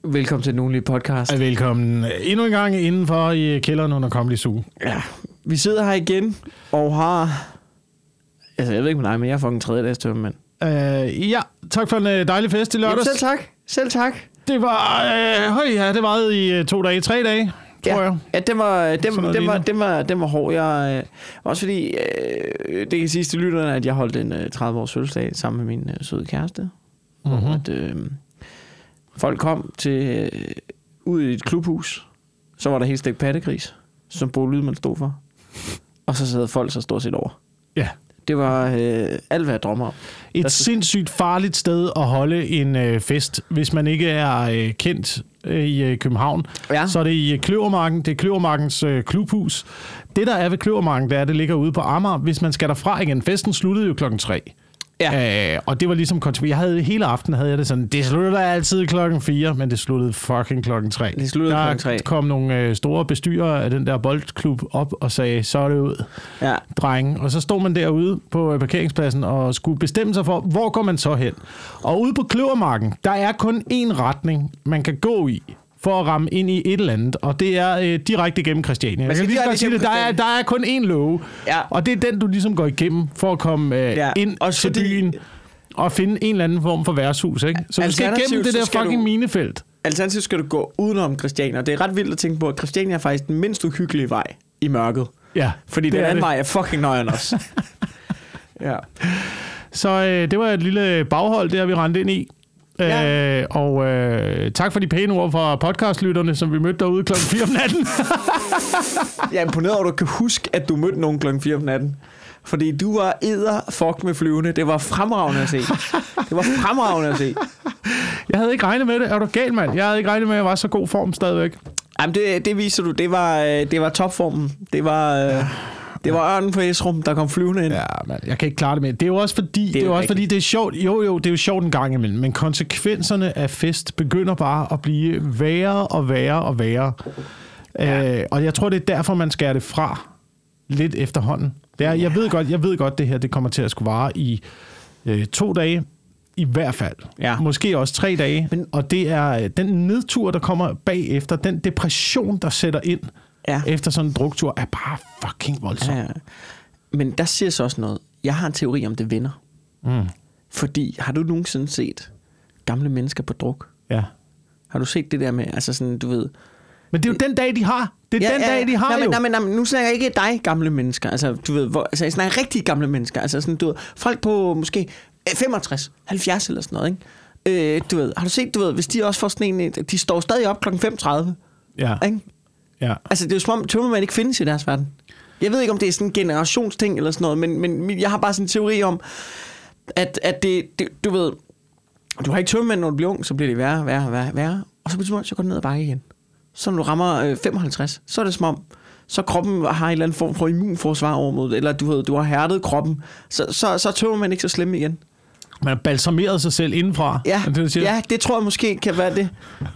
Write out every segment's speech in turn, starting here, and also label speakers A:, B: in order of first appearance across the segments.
A: Velkommen til den ugenlige podcast.
B: Velkommen endnu en gang indenfor i kælderen under Comedy Zoo.
A: Ja, vi sidder her igen og har... Altså, jeg ved ikke med dig, men jeg er fucking tredjedags tømmermand.
B: Ja, tak for en dejlig fest i lørdags.
A: Jamen, selv tak.
B: Det var... det varede i 2 dage, 3 dage, tror jeg.
A: Ja, den var hård. Også fordi, det kan siges til lytterne, at jeg holdt en 30-års fødselsdag sammen med min søde kæreste. Mm-hmm. Og at folk kom til ud i et klubhus. Så var der helt stegt pattegris, som Bo Lydman stod for. Og så sad folk så stort set over.
B: Ja.
A: Det var alt, hvad jeg drømmer om.
B: Et sindssygt farligt sted at holde en fest, hvis man ikke er kendt i København. Ja. Så er det i Kløvermarken. Det er Kløvermarkens klubhus. Det, der er ved Kløvermarken, det er, at det ligger ude på Amager. Hvis man skal derfra igen. Festen sluttede jo 3:00. Ja. Og det var ligesom kontinuerligt. Jeg havde hele aftenen havde jeg det sådan, det slutter altid 4:00, men det sluttede fucking 3:00.
A: Det sluttede 3:00.
B: Der kom nogle store bestyrere af den der boldklub op og sagde, så er det ud, drenge. Og så stod man derude på parkeringspladsen og skulle bestemme sig for, hvor går man så hen. Og ude på Kløvermarken, der er kun én retning, man kan gå i for at ramme ind i et eller andet, og det er direkte igennem Christiania. Jeg kan lige godt sige det, der er kun én låge, og det er den, du ligesom går igennem for at komme ind til byen og finde en eller anden form for værtshus, ikke? Så du skal igennem det der fucking minefelt.
A: Alternativt skal du gå udenom Christiania. Det er ret vildt at tænke på, at Christiania er faktisk den mindst uhyggelige vej i mørket. Ja. Fordi den anden vej er fucking nøjeren også. Ja.
B: Så det var et lille baghold, der vi rendte ind i. Ja. Og tak for de pæne ord fra podcastlytterne, som vi mødte derude 4:00 om natten.
A: Jeg er imponeret over, at du kan huske, at du mødte nogen 4:00 om natten. Fordi du var fuck med flyvende. Det var fremragende at se.
B: Jeg havde ikke regnet med det. Er du gal, mand? Jeg havde ikke regnet med, at jeg var så god form stadigvæk.
A: Jamen, det viser du. Det var topformen. Det var ørnen på Esrum, der kom flyvende ind.
B: Ja, man, jeg kan ikke klare det med. Det er jo også fordi, det er sjovt. Jo, det er jo sjovt en gang imellem. Men konsekvenserne af fest begynder bare at blive værre og værre og værre. Ja. Og jeg tror, det er derfor, man skærer det fra lidt efterhånden. Jeg ved godt, det her det kommer til at skulle vare i 2 dage. I hvert fald. Ja. Måske også 3 dage. Og det er den nedtur, der kommer bagefter. Den depression, der sætter ind. Ja. Efter sådan en druktur, er bare fucking voldsom. Ja.
A: Men der siger så også noget. Jeg har en teori om, det vender. Fordi, har du nogensinde set gamle mennesker på druk? Ja. Har du set det der med, altså sådan, du ved...
B: Men det er jo den dag, de har. Det er den dag, de har jo.
A: Nej, nu snakker jeg ikke dig, gamle mennesker. Altså, du ved, jeg snakker rigtig gamle mennesker. Altså sådan, du ved, folk på måske 65, 70 eller sådan noget, ikke? Du ved, har du set, hvis de også får sådan en... De står stadig op 5:30. Ja. Ikke? Ja. Altså, det er jo som om tømmermænd ikke findes i deres verden. Jeg ved ikke, om det er sådan en generationsting eller sådan noget, men jeg har bare sådan en teori om, at det du ved, du har ikke tømmermænd, når du bliver ung, så bliver det værre, og så går det ned ad bakke igen. Så når du rammer 55, så er det som om, så kroppen har en eller anden form for immunforsvar over mod det, eller du har hærdet kroppen, så er tømmermænd ikke så slemme igen.
B: Man har balsameret sig selv indenfra.
A: Ja, det tror jeg måske kan være det.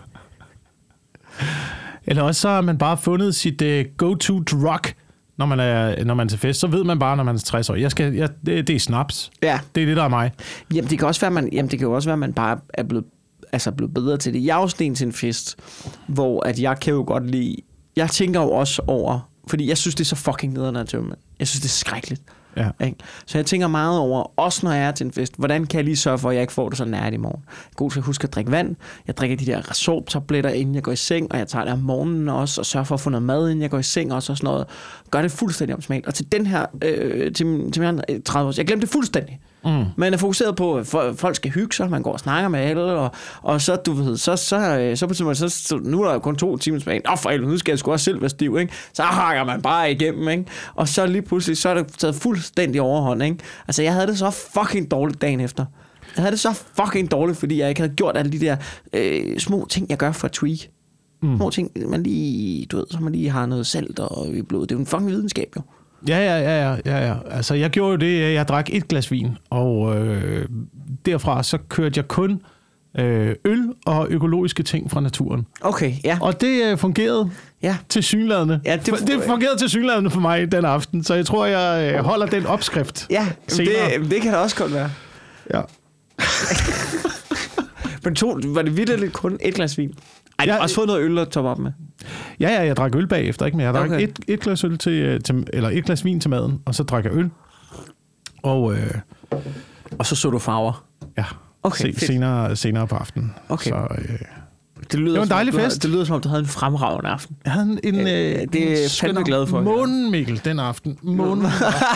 B: Eller også så har man bare fundet sit go-to-drug, når man er til fest. Så ved man bare, når man er 60 år. Det er snaps. Ja. Det er det, der er mig.
A: Jamen, det kan også være, at man bare er blevet bedre til det. Jeg er også en til en fest, hvor at jeg kan jo godt lide... Jeg tænker jo også over... Fordi jeg synes, det er så fucking nederen at tømme. Jeg synes, det er skrækkeligt. Ja. Så jeg tænker meget over, også når jeg er til en fest, hvordan kan jeg lige sørge for, at jeg ikke får det så nært i morgen. Jeg er god til at huske at drikke vand. Jeg drikker de der Resorb-tabletter, inden jeg går i seng, og jeg tager det om morgenen også, og sørger for at få noget mad, inden jeg går i seng også, og sådan noget. Gør det fuldstændig optimalt. Og til den her, til min 30 år, jeg glemte det fuldstændig. Man er fokuseret på, at folk skal hygge sig, man går og snakker med alle, og så, du ved, så betyder man, så nu er der kun 2 timer tilbage. For helvede, nu skal jeg sgu også selv være stiv, ikke? Så hakker man bare igennem, ikke? Og så lige pludselig, så er det taget fuldstændig overhånd, ikke? Altså, jeg havde det så fucking dårligt dagen efter. Jeg havde det så fucking dårligt, fordi jeg ikke havde gjort alle de der små ting, jeg gør for at tweak. Små ting, man lige, du ved, så man lige har noget salt og i blodet. Det er jo en fucking videnskab, jo.
B: Ja. Altså, jeg gjorde jo det, jeg drak 1 glas vin, og derfra så kørte jeg kun øl og økologiske ting fra naturen. Okay, ja. Og det fungerede tilsyneladende. Ja, det fungerede tilsyneladende for mig den aften, så jeg tror, jeg holder den opskrift.
A: Ja, det kan da også godt være. Ja. Men var det vitterligt kun et glas vin? Ej, jeg har også fået noget øl at toppe op med.
B: Ja, jeg drak øl bagefter, ikke? Men jeg drak et glas øl eller et glas vin til maden, og så drak jeg øl. Og
A: så du farver?
B: Ja, okay, senere på aftenen.
A: Okay.
B: Så,
A: det
B: var en dejlig fest.
A: Det lyder som om, du havde en fremragende aften.
B: Jeg havde
A: det er fandme glad for.
B: Månen, Mikkel, den aften. Månen.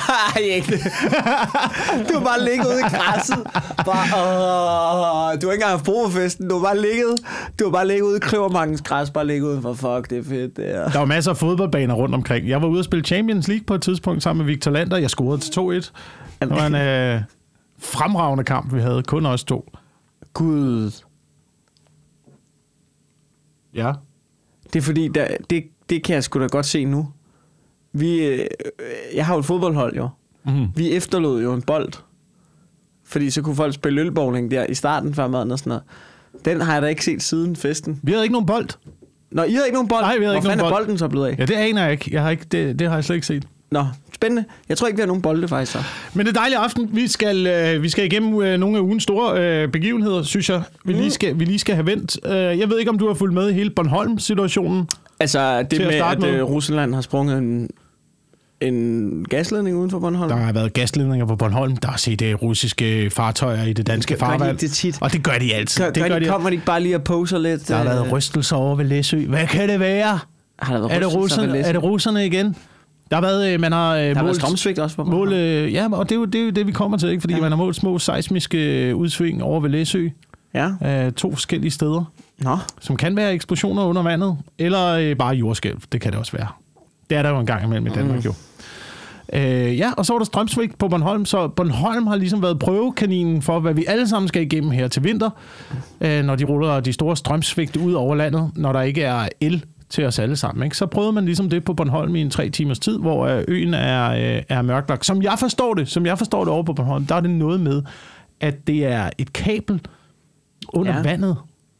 A: Du har bare ligget ude i græsset. Du har ikke engang haft brug for festen. Du har bare ligget ude i Kløvermarkens græs. Bare ligget ude for fuck, det er fedt. Det
B: der var masser af fodboldbaner rundt omkring. Jeg var ude at spille Champions League på et tidspunkt sammen med Victor Lander. Jeg scorede til 2-1. Det var en fremragende kamp, vi havde. Kun os to.
A: Gud.
B: Ja.
A: Det er fordi, det kan jeg sgu da godt se nu. Jeg har jo et fodboldhold, jo. Mm-hmm. Vi efterlod jo en bold. Fordi så kunne folk spille ølbowling der i starten før maden og sådan noget. Den har jeg da ikke set siden festen.
B: Vi havde ikke nogen bold.
A: Nå, I havde ikke nogen bold?
B: Nej, vi havde ikke nogen bold.
A: Hvor fanden er bolden så blevet af?
B: Ja, det aner jeg ikke. Det har jeg slet ikke set.
A: Nå, spændende. Jeg tror ikke, vi har nogen bolde faktisk så.
B: Men det er dejlig aften. Vi skal igennem nogle af ugens store begivenheder, synes jeg. Vi lige skal have vendt. Jeg ved ikke, om du har fulgt med i hele Bornholm-situationen.
A: Altså det med, at Rusland har sprunget en gasledning uden for Bornholm?
B: Der har været gasledninger på Bornholm. Der har set russiske fartøjer i det danske farvand.
A: Det tit.
B: Og det gør de altid.
A: Kommer de ikke bare lige og poser lidt?
B: Der har været rystelser over ved Læsø. Hvad kan det være? Er det russerne igen? Der har været, man har
A: der målt strømsvigt også på
B: mål, ja, og det er jo det, vi kommer til, ikke? Fordi man har målt små seismiske udsving over ved Læsø.
A: Ja.
B: 2 forskellige steder.
A: Nå.
B: Som kan være eksplosioner under vandet, eller bare jordskælv. Det kan det også være. Det er der jo en gang imellem i Danmark jo. Ja, og så var der strømsvigt på Bornholm, så Bornholm har ligesom været prøvekaninen for, hvad vi alle sammen skal igennem her til vinter, når de ruller de store strømsvigt ud over landet, når der ikke er el til os alle sammen. Ikke? Så prøvede man ligesom det på Bornholm i en 3 timers tid, hvor øen er mørklagt. Som jeg forstår det over på Bornholm, der er det noget med, at det er et kabel under vandet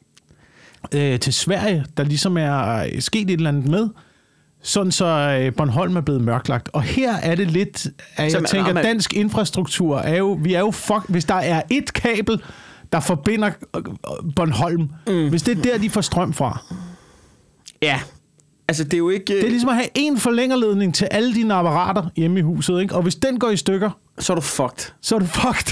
B: til Sverige, der ligesom er sket et eller andet med, sådan så Bornholm er blevet mørklagt. Og her er det lidt, at jeg tænker, dansk infrastruktur er jo, hvis der er et kabel, der forbinder Bornholm, hvis det er der, de får strøm fra. Ja, altså det er jo ikke... Det er ligesom at have en forlængerledning til alle dine apparater hjemme i huset, ikke? Og hvis den går i stykker...
A: Så er du fucked.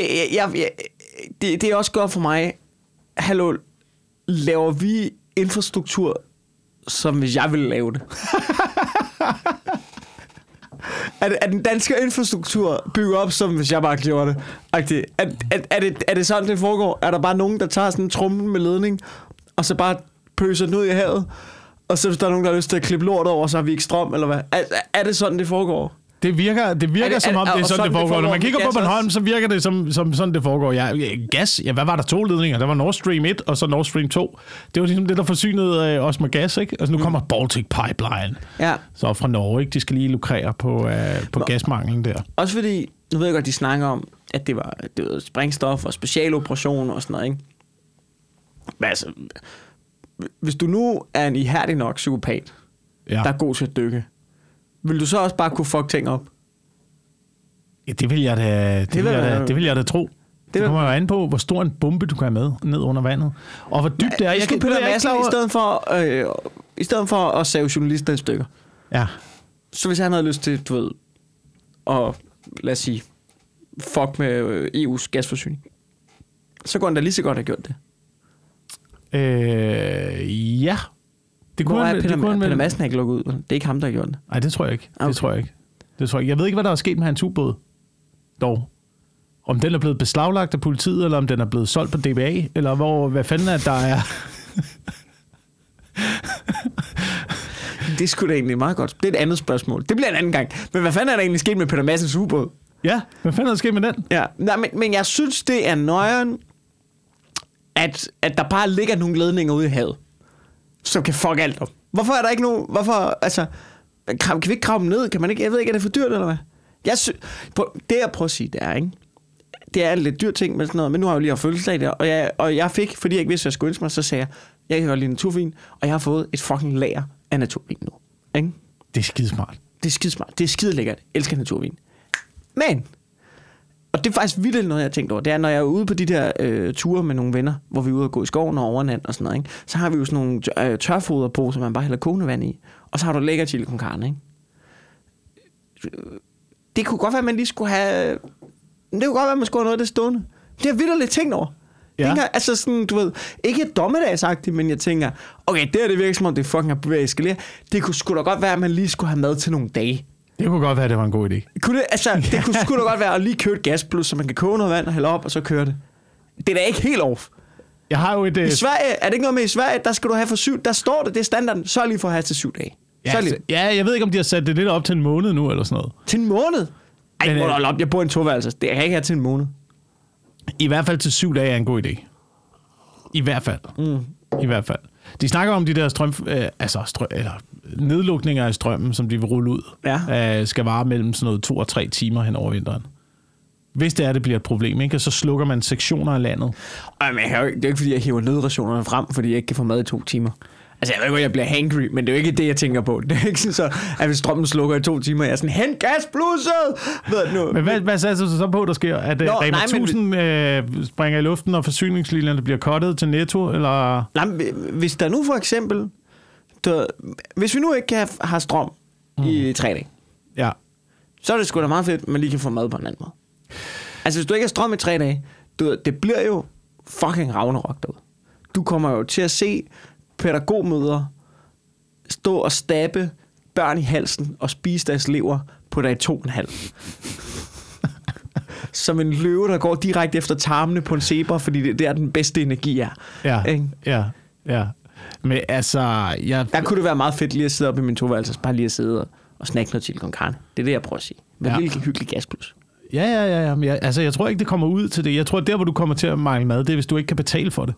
A: Det er også godt for mig. Hallo, laver vi infrastruktur, som hvis jeg ville lave det? Er den danske infrastruktur bygget op, som hvis jeg bare gjorde det? Er det sådan, det foregår? Er der bare nogen, der tager sådan en tromme med ledning, og så bare pøser den ud i havet, og så hvis der er nogen, der har lyst til at klippe lort over, så har vi ikke strøm, eller hvad? Er det sådan, det foregår? Det virker som om, det er sådan, det foregår. Når man kigger på Bornholm, så virker det som sådan, det foregår. Gas, hvad var der 2 ledninger? Der var Nord Stream 1, og så Nord Stream 2. Det var ligesom det, der forsynede os med gas, ikke? Altså nu kommer Baltic Pipeline. Ja. Så fra Norge, ikke? De skal lige lukrere på gasmanglen der. Også fordi, nu ved jeg godt, de snakker om, at det var sprængstof og specialoperation og sådan noget, ikke? Men altså, hvis du nu er en ihærdig nok psykopat, der er god til at dykke, vil du så også bare kunne fuck ting op? Ja, det vil jeg da tro. Det kommer jo an på, hvor stor en bombe du kan have med ned under vandet. Og hvor dybt det er. Jeg kan Peter Madsen i stedet for at save journalister i stykker. Ja. Så hvis han havde lyst til, du ved, at lad os sige, fuck med EU's gasforsyning, så kunne han da lige så godt have gjort det. Ja. Peter Madsen har ikke lukket ud. Det er ikke ham, der har gjort det. Nej, det tror jeg ikke. Okay. Det tror jeg ikke. Jeg ved ikke, hvad der er sket med hans ubåd. Dog. Om den er blevet beslaglagt af politiet, eller om den er blevet solgt på DBA, eller hvad fanden er der er... Det skulle da egentlig meget godt. Det er et andet spørgsmål. Det bliver en anden gang. Men hvad fanden er der egentlig sket med Peter Madsens ubåd? Ja, hvad fanden er der sket med den? Ja. Nej, men jeg synes, det er nøjeren, at der bare ligger nogle ledninger ude i havet, som kan fuck alt op. Hvorfor er der ikke nogen... kan vi ikke grave dem ned? Kan man ikke... Jeg ved ikke, er det for dyrt, eller hvad? Det jeg prøver at sige, det er, ikke? Det er en lidt dyr ting med sådan noget, men nu har jeg jo lige haft fødselsdag der, og jeg fik, fordi jeg ikke vidste, at jeg skulle ønske mig, så sagde jeg kan godt lide naturvin, og jeg har fået et fucking lager af naturvin nu. Ikke? Det er skidesmart. Det er skide lækkert. Jeg elsker naturvin. Men, Og det er faktisk vildt noget, jeg har tænkt over. Det er, når jeg er ude på de der ture med nogle venner, hvor vi er ude og gå i skoven og overnat og sådan noget, ikke? Så har vi jo sådan nogle tørfoder på, som man bare hælder kogende vand i. Og så har du lækker chili con carne, ikke? Det kunne godt være, at man lige skulle have... Det kunne godt være, at man skulle have noget af det stående. Det har jeg vildt tænkt over. Ja. Tænker, altså sådan, du ved, ikke dommedagsagtigt, men jeg tænker, okay, det virker som om, det fucking er bevæget eskalere. Det kunne sgu da godt være, at man lige skulle have mad til nogle dage.
B: Det kunne godt være, at det var en god idé.
A: Det kunne sgu da godt være at lige købe et gasplus, så man kan koge noget vand og hælde op, og så køre det. Det er da ikke helt off.
B: Jeg har jo et...
A: I Sverige, er det ikke noget med i Sverige, der skal du have for 7... Der står det er standarden, så lige for at have til 7 dage.
B: Ja, jeg ved ikke, om de har sat det lidt op til en måned nu, eller sådan noget.
A: Til en måned? Ej, jeg bor i en toværelse. Det kan jeg ikke have til en måned.
B: I hvert fald til 7 dage er en god idé. I hvert fald. I hvert fald. De snakker om de der eller nedlukninger af strømmen, som de vil rulle ud, skal vare mellem sådan noget 2 og 3 timer hen over vinteren. Hvis det bliver et problem, ikke? Og så slukker man sektioner af landet.
A: Men det er jo ikke, fordi jeg hiver nødrationerne frem, fordi jeg ikke kan få mad i 2 timer. Altså, jeg ved ikke, jeg bliver hangry, men det er jo ikke det, jeg tænker på. Det er ikke sådan så, at hvis strømmen slukker i 2 timer, jeg er sådan, hent gasblusset!
B: Men hvad satser du så på, der sker? At Rema 1000 springer i luften, og forsyningslinjerne bliver cuttet til Netto, eller? Nej,
A: hvis der nu for eksempel... hvis vi nu ikke har strøm i 3 dage, så er det sgu da meget fedt, at man lige kan få mad på en anden måde. Altså, hvis du ikke har strøm i 3 dage, det bliver jo fucking ragnarok derude. Du kommer jo til at se pædagogmødre stå og stabbe børn i halsen og spise deres lever på dag 2,5. Som en løve, der går direkte efter tarmene på en zebra, fordi det der den bedste energi er.
B: Ja. Men altså...
A: Der kunne det være meget fedt lige at sidde op i min toværelse, bare lige at sidde og snakke noget chili con carne. Det er det, jeg prøver at sige. Med hvilken hyggelig gasplus.
B: Ja. Men jeg tror ikke, det kommer ud til det. Jeg tror, der, hvor du kommer til at mangle mad, det er, hvis du ikke kan betale for det.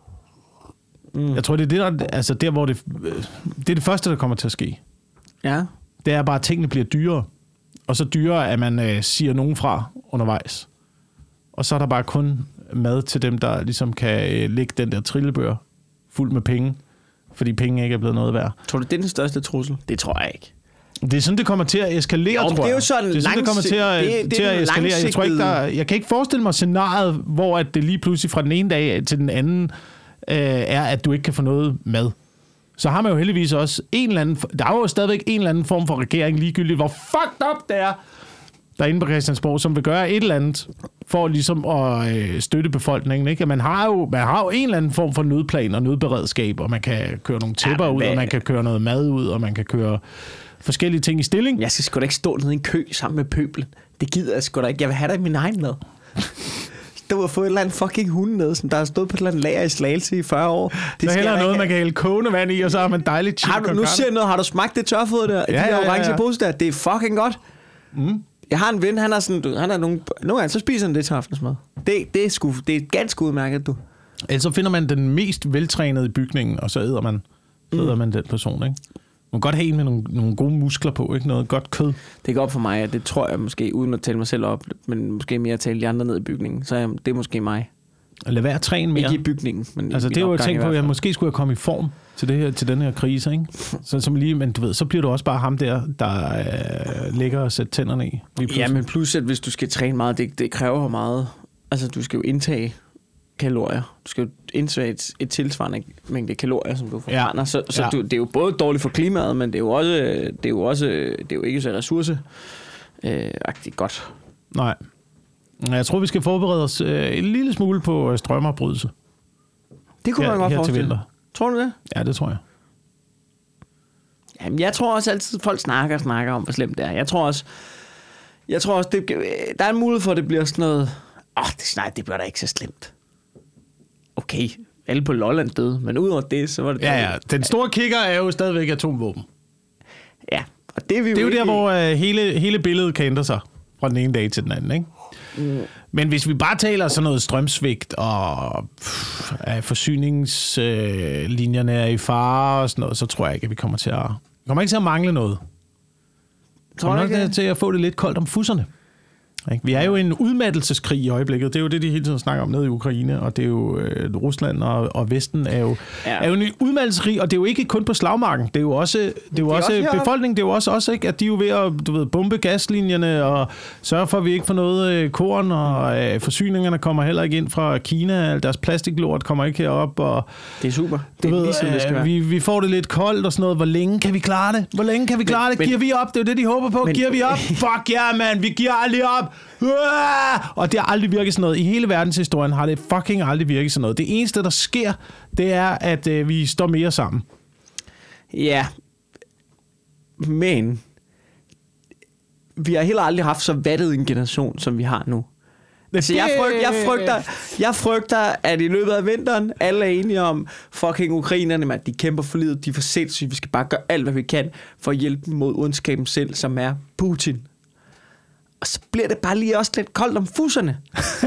B: Jeg tror, det er det, der, hvor det er det første, der kommer til at ske.
A: Ja.
B: Det er bare, at tingene bliver dyrere. Og så dyrere, at man siger nogen fra undervejs. Og så er der bare kun mad til dem, der ligesom kan lægge den der trillebør fuld med penge. Fordi penge ikke er blevet noget værd.
A: Tror du, det er den største trussel? Det tror jeg ikke.
B: Det er sådan, det kommer til at eskalere, tror jeg.
A: Det er jo sådan,
B: det kommer til at eskalere. Jeg kan ikke forestille mig scenariet, hvor at det lige pludselig fra den ene dag til den anden er, at du ikke kan få noget mad. Så har man jo heldigvis også en eller anden... Der er jo stadigvæk en eller anden form for regering, ligegyldigt hvor fucked up det er, derinde på Christiansborg, som vil gøre et eller andet for ligesom at støtte befolkningen. Ikke? Man har jo en eller anden form for nødplan og nødberedskab, og man kan køre nogle tæpper ud, og man kan køre noget mad ud, og man kan køre forskellige ting i stilling.
A: Jeg skal sgu da ikke stå nede i en kø sammen med pøblen. Det gider jeg sgu da ikke. Jeg vil have dig i min egen mad. Du har fået et eller andet fucking hund ned, som der har stået på et eller andet lager i Slagelse i 40 år.
B: Det er heller noget, man kan hælde kogende vand i, og så har man dejligt chili.
A: Nu siger jeg noget. Har du smagt det tørfod der? Ja, de der orange pose der. Det er fucking godt. Jeg har en ven, han er nogle gange, så spiser han det til aftensmad. Det er ganske udmærket, du.
B: Ellers så finder man den mest veltrænede i bygningen, og så æder man den person, ikke? Man kan godt have en med nogle gode muskler på, ikke? Noget godt kød.
A: Det går op for mig, at det tror jeg måske, uden at tale mig selv op, men måske mere at tale de andre ned i bygningen, så det er måske mig.
B: Og lad være at træne mere.
A: Ikke i bygningen, men
B: altså, det er jo et tænkt på, at jeg måske skulle have kommet i form til den her krise, ikke? Men du ved, så bliver du også bare ham der ligger og sætter tænderne i.
A: Ja, men plus, at hvis du skal træne meget, det kræver meget. Altså, du skal jo indtage kalorier. Du skal jo indtage et tilsvarende mængde kalorier, som du forbrænder. Så det er jo både dårligt for klimaet, men det er jo ikke så ressourceagtigt godt.
B: Nej. Jeg tror, vi skal forberede os en lille smule på strømafbrydelse. Det
A: kunne man godt forestille. Tror du det?
B: Ja, det tror jeg.
A: Jamen, jeg tror også altid, folk snakker om, hvor slemt det er. Jeg tror også der er en mulighed for, at det bliver sådan noget... det bliver da ikke så slemt. Okay, alle på Lolland døde, men udover det, så var det...
B: Ja. Den store kicker er jo stadigvæk atomvåben.
A: Ja, og det er
B: jo der, hvor hele billedet kan ændre sig fra den ene dag til den anden, ikke? Men hvis vi bare taler sådan noget strømsvigt og forsyningslinjerne er i fare og sådan noget, så tror jeg ikke, at vi kommer ikke til at mangle noget. Tror du ikke til at få det lidt koldt om fusserne? Ikke? Vi er jo i en udmattelseskrig i øjeblikket. Det er jo det, de hele tiden snakker om nede i Ukraine, og det er jo Rusland og Vesten er jo en udmattelseskrig, og det er jo ikke kun på slagmarken. Det er jo også, befolkningen, det er jo også ikke, at de er jo ved at bombe gaslinjerne og sørge for, at vi ikke får noget korn, og forsyningerne kommer heller ikke ind fra Kina. Deres plastiklort kommer ikke herop. Og,
A: det er super. Det er ligesom det skal være.
B: Vi får det lidt koldt og sådan noget. Hvor længe kan vi klare det? Giver vi op? Det er jo det, de håber på. Giver vi op? Fuck ja, man. Vi giver aldrig op. Og det har aldrig virket sådan noget. I hele verdenshistorien har det fucking aldrig virket sådan noget. Det eneste, der sker, det er, at vi står mere sammen.
A: Ja. Men vi har heller aldrig haft så vattet en generation, som vi har nu. Altså, jeg frygter, at i løbet af vinteren, alle er enige om fucking ukrainerne, at de kæmper for livet, de er for sindssyge, vi skal bare gøre alt, hvad vi kan for at hjælpe dem mod ondskaben selv, som er Putin. Og så bliver det bare lige også lidt koldt om fusserne.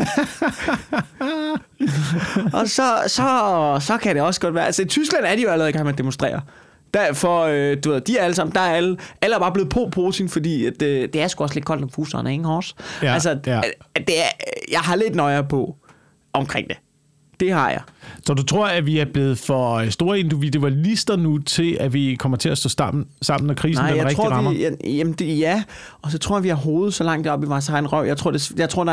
A: Og så kan det også godt være. Altså i Tyskland er de jo allerede i gang med at demonstrere. Derfor, du ved, de er alle sammen, alle er bare blevet på Putin, fordi at, det er sgu også lidt koldt om fusserne, ikke Hors? Ja, altså, ja. Jeg har lidt nøje på omkring det. Det har jeg.
B: Så du tror, at vi er blevet for store individualister nu til, at vi kommer til at stå sammen, når krisen den rigtig rammer?
A: Ja, og så tror jeg, vi har hovedet så langt op i vores egen røv. Jeg tror, der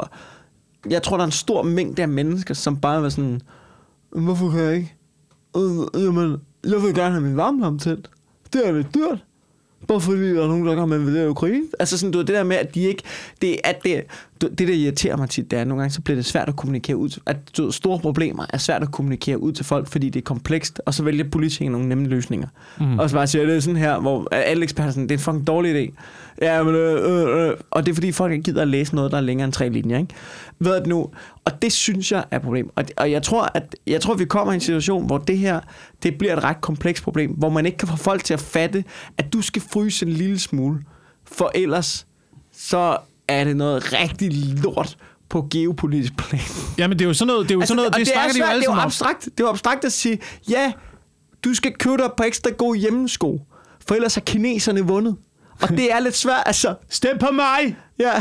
A: er en stor mængde af mennesker, som bare var sådan, hvorfor kan jeg ikke? Jamen, jeg vil gerne have min varmlampe tændt. Det er lidt dyrt. Bare fordi der er nogen, der kan med det Ukraine. Altså sådan, det der med, at de ikke... Det der irriterer mig tit, det er nogle gange, så bliver det svært at kommunikere ud. At store problemer er svært at kommunikere ud til folk, fordi det er komplekst, og så vælger politikere nogle nemme løsninger. Og så bare siger, det er sådan her, hvor alle eksperter sådan, det er en fucking dårlig idé. Ja, men, og det er fordi, folk ikke gider at læse noget, der er længere end 3 linjer, ikke? Ved det nu? Og det synes jeg er et problem. Og jeg tror, vi kommer i en situation, hvor det her, det bliver et ret komplekst problem, hvor man ikke kan få folk til at fatte, at du skal fryse en lille smule, for ellers så er det noget rigtig lort på geopolitisk plan.
B: Jamen det er jo sådan noget, det snakker de jo alle sammen om.
A: Det er jo abstrakt at sige, ja, du skal købe dig på ekstra gode hjemmesko, for ellers har kineserne vundet. Og det er lidt svært, altså.
B: Stem på mig!
A: Ja.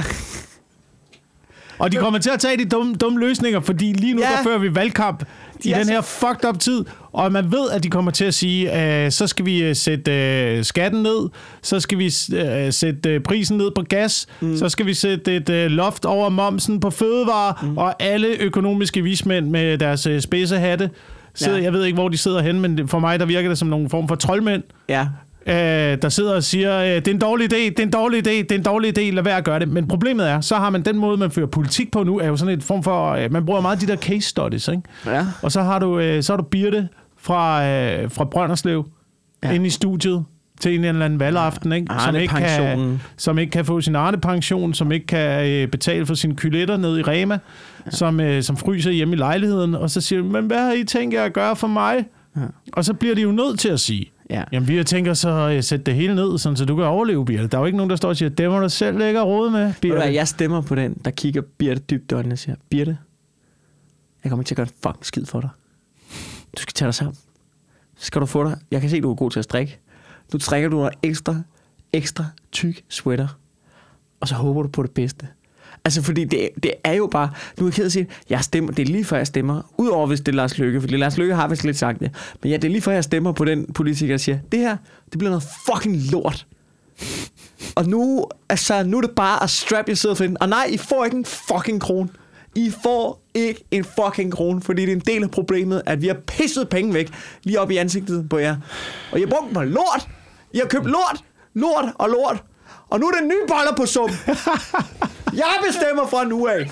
B: Og de kommer til at tage de dumme løsninger, fordi lige nu der fører vi valgkamp i den her fucked up tid, og man ved, at de kommer til at sige, så skal vi sætte skatten ned, så skal vi sætte prisen ned på gas, så skal vi sætte et loft over momsen på fødevarer, og alle økonomiske vismænd med deres spidsehatte sidder, jeg ved ikke, hvor de sidder henne, men for mig, der virker det som nogen form for troldmænd. Ja. Der sidder og siger, det er en dårlig idé, lad være at gøre det. Men problemet er, så har man den måde, man fører politik på nu, er jo sådan et form for, man bruger meget de der case studies, ikke? Ja. Og så har du Birte fra Brønderslev inde i studiet til en eller anden valgaften, ikke? Som ikke kan få sin Arne-pension, som ikke kan betale for sine kyletter ned i Rema, som fryser hjemme i lejligheden, og så siger men hvad har I tænkt jer at gøre for mig? Ja. Og så bliver de jo nødt til at sige, jamen vi har tænkt os at sætte det hele ned, sådan, så du kan overleve, Birte. Der er jo ikke nogen, der står og siger, det må du selv lægge råd med, Birte.
A: Jeg stemmer på den, der kigger Birte dybt i øjnene og siger, Birte, jeg kommer ikke til at gøre en fucking skid for dig. Du skal tage dig sammen. Så skal du få dig. Jeg kan se, du er god til at strikke. Nu strikker du en ekstra tyk sweater, og så håber du på det bedste. Altså, fordi det er jo bare... Nu er jeg ked at sige, jeg stemmer, det er lige før jeg stemmer. Udover hvis det er Lars Løkke, fordi Lars Løkke har vist lidt sagt det. Men ja, det er lige før jeg stemmer på den politiker, der siger, det her, det bliver noget fucking lort. Og nu er det bare at strap jer for den. Og nej, I får ikke en fucking krone. I får ikke en fucking krone, fordi det er en del af problemet, at vi har pisset penge væk lige op i ansigtet på jer. Og I har brugt dem på lort. I har købt lort. Og nu er det nye boller på sum. Jeg bestemmer fra nu af.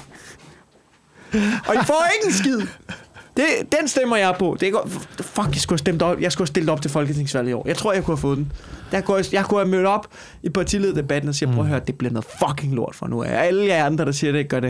A: Og I får ikke en skid. Den stemmer jeg på. Det er godt. Fuck, jeg skulle have stillet op til folketingsvalget i år. Jeg tror, jeg kunne have fået den. Jeg kunne have mødt op i partilederdebatten og sige, prøv at høre, det bliver noget fucking lort fra nu af. Alle jer andre, der siger det, gør det.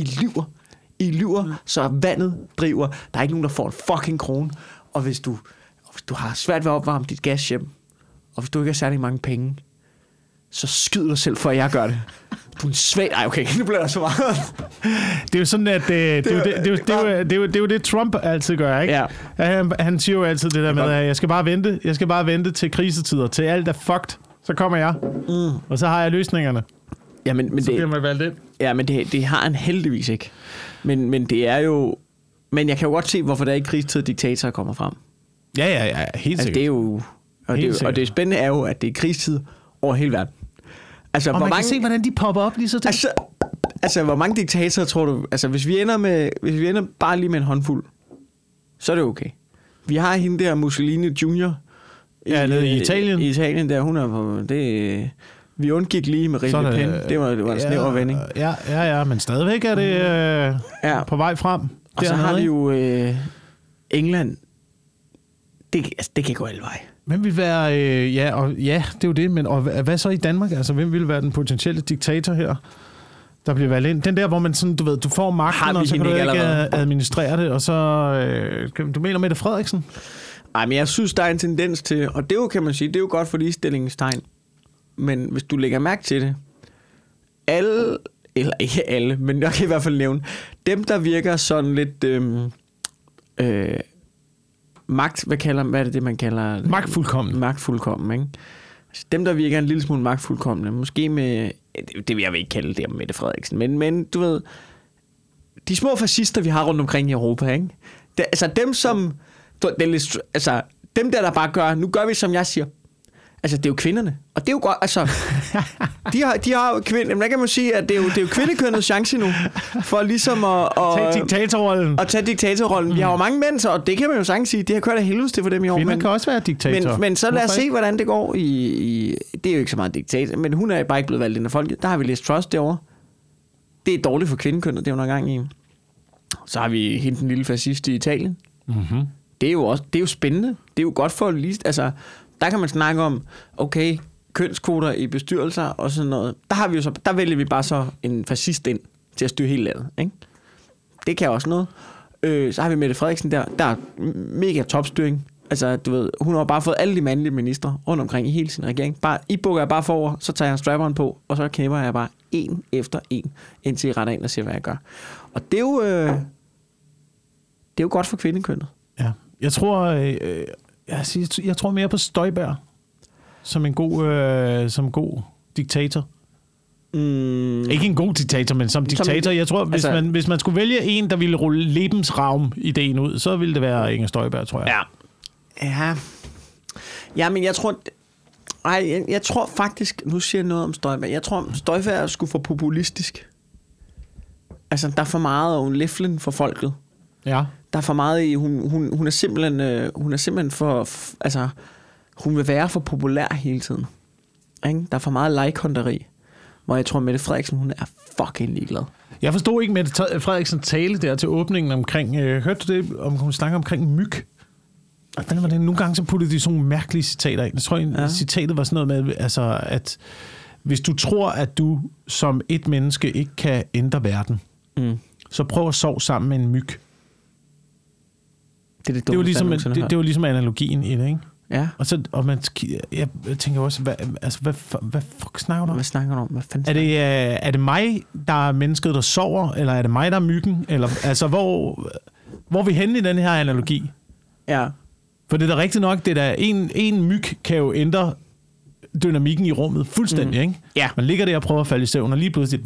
A: I lyver, så vandet driver. Der er ikke nogen, der får en fucking krone. Og hvis du har svært ved at opvarme dit gas hjem, og hvis du ikke har særlig mange penge, så skyd dig selv, for at jeg gør det. Du er en svag... Ej, okay, nu bliver der så meget.
B: Det er jo sådan, at det er jo det, Trump altid gør, ikke? Ja. Han siger jo altid det der med, at jeg skal bare vente til krisetider, til alt er fucked. Så kommer jeg, og så har jeg løsningerne.
A: Ja, men
B: så bliver man valgt ind.
A: Ja, men det har han heldigvis ikke. Men det er jo... Men jeg kan jo godt se, hvorfor der i krigstid diktatorer kommer frem.
B: Ja, helt sikkert.
A: Det er jo... Og det spændende er jo, at det er krigstid over hele verden. Altså,
B: og man kan se, hvordan de popper op lige så til.
A: Altså, hvor mange diktatorer tror du... Altså, hvis vi ender bare lige med en håndfuld, så er det okay. Vi har hende der, Mussolini Junior.
B: Nede i Italien.
A: I Italien, der hun er på... Vi undgik lige med Marine Le Pen. Det var en snæver vending.
B: Ja, men stadigvæk er det på vej frem.
A: Og så har vi jo England. Det kan gå alle veje.
B: Hvem vil være... det er jo det, men og hvad så i Danmark? Altså, hvem vil være den potentielle diktator her, der bliver valgt ind? Den der, hvor man sådan, du ved, du får magten, og så kan du ikke administrere det, og så... du mener Mette Frederiksen?
A: Nej, men jeg synes, der er en tendens til, og det er jo, kan man sige, det er jo godt for ligestillingens tegn, men hvis du lægger mærke til det, alle, eller ikke alle, men jeg kan i hvert fald nævne, dem, der virker sådan lidt magt, hvad er det, man kalder? Magtfuldkommen, ikke? Altså, dem, der virker en lille smule magtfuldkommende, måske med, det vil jeg ikke kalde det Mette Frederiksen, men du ved, de små fascister, vi har rundt omkring i Europa, ikke? Altså dem, som, altså dem der bare gør, nu gør vi, som jeg siger. Altså, det er jo kvinderne. Og det er jo godt, altså... de har jo kvinder... Men der kan man sige, at det er jo kvindekønnets chance nu. For ligesom at tage diktatorrollen. Vi har jo mange mænd, så, og det kan man jo sagtens sige, det har kørt af helvedes til for dem i år.
B: Kvinder kan også være diktator.
A: Men så lad os se, hvordan det går i... Det er jo ikke så meget diktator, men hun er bare ikke blevet valgt ind af folket. Der har vi Liz Truss derovre. Det er dårligt for kvindekønnet, det er jo noget gang i. Så har vi hende den lille fascist i Italien.
B: Mm-hmm.
A: Det er jo spændende. Det er jo godt for lige... Altså... Der kan man snakke om, okay, kønskvoter i bestyrelser og sådan noget. Der vælger vi bare så en fascist ind til at styre hele landet, ikke? Det kan også noget. Så har vi Mette Frederiksen der er mega topstyring. Altså, du ved, hun har bare fået alle de mandlige ministre rundt omkring i hele sin regering. I bukker jeg bare forover, så tager jeg strapperen på, og så knæpper jeg bare en efter en, indtil jeg retter ind og siger, hvad jeg gør. Og det er jo godt for kvindekønnet. Ja,
B: jeg tror mere på Støjberg som en god diktator. Ikke en god diktator, men som diktator. Jeg tror, hvis man skulle vælge en, der ville rulle Lebensraum-ideen ud, så ville det være Inger Støjberg, tror jeg.
A: Ja, men jeg tror faktisk, nu siger jeg noget om Støjberg, jeg tror, Støjberg skulle for populistisk. Altså, der er for meget af læflen for folket.
B: Ja.
A: Der er for meget i, hun er simpelthen for, altså, hun vil være for populær hele tiden. Ikke? Der er for meget like-hunteri, hvor jeg tror, Mette Frederiksen, hun er fucking ligeglad. Jeg
B: forstod ikke Mette Frederiksen tale der til åbningen omkring, hørte du det, om hun snakker omkring myg? Og nogle gange så puttede de sådan nogle mærkelige citater ind. Jeg tror, citatet var sådan noget med, altså, at hvis du tror, at du som et menneske ikke kan ændre verden, så prøv at sove sammen med en myg. Det var ligesom analogien i det, ikke?
A: Ja.
B: Og jeg tænker også, hvad fuck snakker du om?
A: Hvad snakker du om? Hvad fanden
B: er det mig, der er mennesket, der sover, eller er det mig, der er myggen? Eller, altså, hvor er vi henne i den her analogi?
A: Ja.
B: For det er da rigtigt nok, det er en myg kan jo ændre dynamikken i rummet fuldstændig, ikke?
A: Ja.
B: Man ligger der og prøver at falde i søvn, og lige pludselig...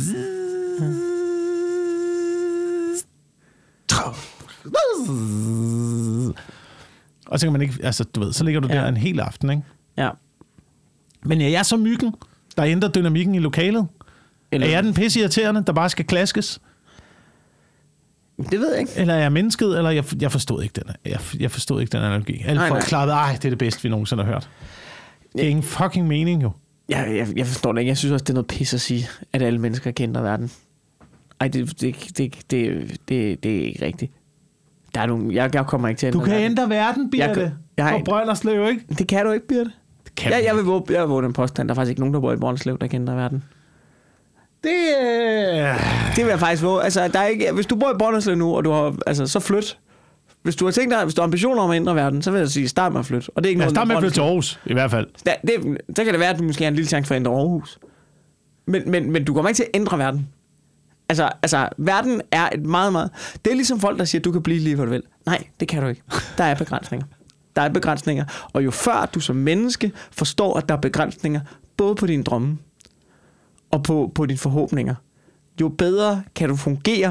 B: Og så kan man ikke, altså du ved, så ligger du der en hel aften, ikke?
A: Ja.
B: Men er jeg så myggen, der ændrer dynamikken i lokalet? Eller er jeg den pisseirriterende, der bare skal klaskes?
A: Det ved jeg ikke.
B: Eller er jeg mennesket, eller jeg forstod ikke den. Jeg forstod ikke den analogi. Alle folk klarede, det er det bedste, vi nogensinde har hørt. Det er ingen fucking mening, jo.
A: Jeg forstår det ikke. Jeg synes også, det er noget pis at sige, at alle mennesker kan ændre verden. Ej, det er ikke rigtigt. Der er nogle, jeg kommer ikke til at ændre
B: verden. Du kan ændre verden, Birte. For Brønderslev, ikke?
A: Det kan du ikke, Birte. Jeg vil våge den påstand. Der er faktisk ikke nogen, der bor i Brønderslev, der kan ændre verden. Det vil jeg faktisk våge. Altså, der er ikke, hvis du bor i Brønderslev nu, og du har, altså, så flyt. Hvis du har tænkt dig, hvis du har ambitioner om at ændre verden, så vil jeg sige, start med at flytte. Og det er ikke noget,
B: start med at flytte til Aarhus, i hvert fald.
A: Så kan det være, at du måske har en lille chance for at ændre Aarhus. Men du kommer ikke til at ændre verden. Altså, verden er et meget, meget... Det er ligesom folk, der siger, at du kan blive lige, hvor du vil. Nej, det kan du ikke. Der er begrænsninger. Der er begrænsninger. Og jo før du som menneske forstår, at der er begrænsninger, både på dine drømme og på dine forhåbninger, jo bedre kan du fungere.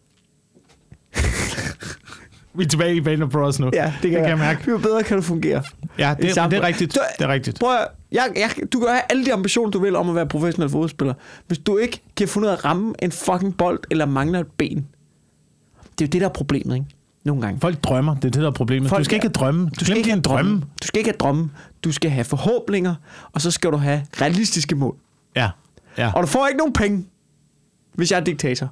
B: Vi er tilbage i Band Bros nu.
A: Ja, det kan jeg mærke. Jo bedre kan du fungere.
B: Ja, det er rigtigt. Det er rigtigt.
A: Prøv du kan have alle de ambitioner, du vil om at være professionel fodboldspiller. Hvis du ikke kan finde ud af at ramme en fucking bold, eller mangler et ben. Det er jo det, der er problemet, ikke? Nogle gange.
B: Folk drømmer. Det er det, der er problemet. Du skal ikke have drømme. Du skal ikke have drømme.
A: Du skal ikke have drømme. Du skal have forhåbninger, og så skal du have realistiske mål.
B: Ja.
A: Og du får ikke nogen penge, hvis jeg er diktator.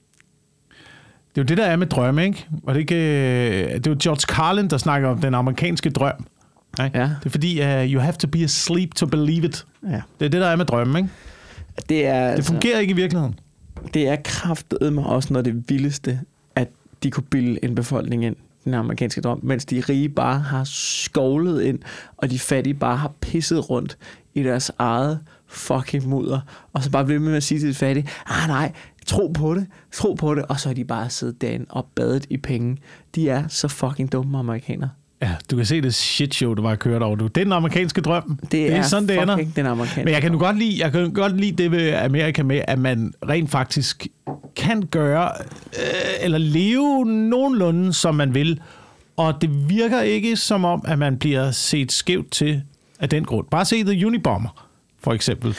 B: Det er jo det, der er med drømme, ikke? Og det er jo George Carlin, der snakker om den amerikanske drøm. Ja. Det er fordi, you have to be asleep to believe it. Ja. Det er det, der er med drømme, ikke? Det fungerer ikke i virkeligheden. Det er kraftedeme også noget af det vildeste, at de kunne bilde en befolkning ind, den amerikanske drøm, mens de rige bare har skovlet ind, og de fattige bare har pisset rundt i deres eget fucking mudder, og så bare blive med at sige til de fattige, nej, tro på det, og så er de bare siddet derinde og badet i penge. De er så fucking dumme amerikanere. Ja, du kan se det shit show, du var kørt over. Det er den amerikanske drøm. Det er sådan, det ender. Den amerikanske. Men jeg kan godt lide det ved Amerika med, at man rent faktisk kan gøre, eller leve nogenlunde, som man vil. Og det virker ikke som om, at man bliver set skævt til af den grund. Bare se The Unabomber, for eksempel.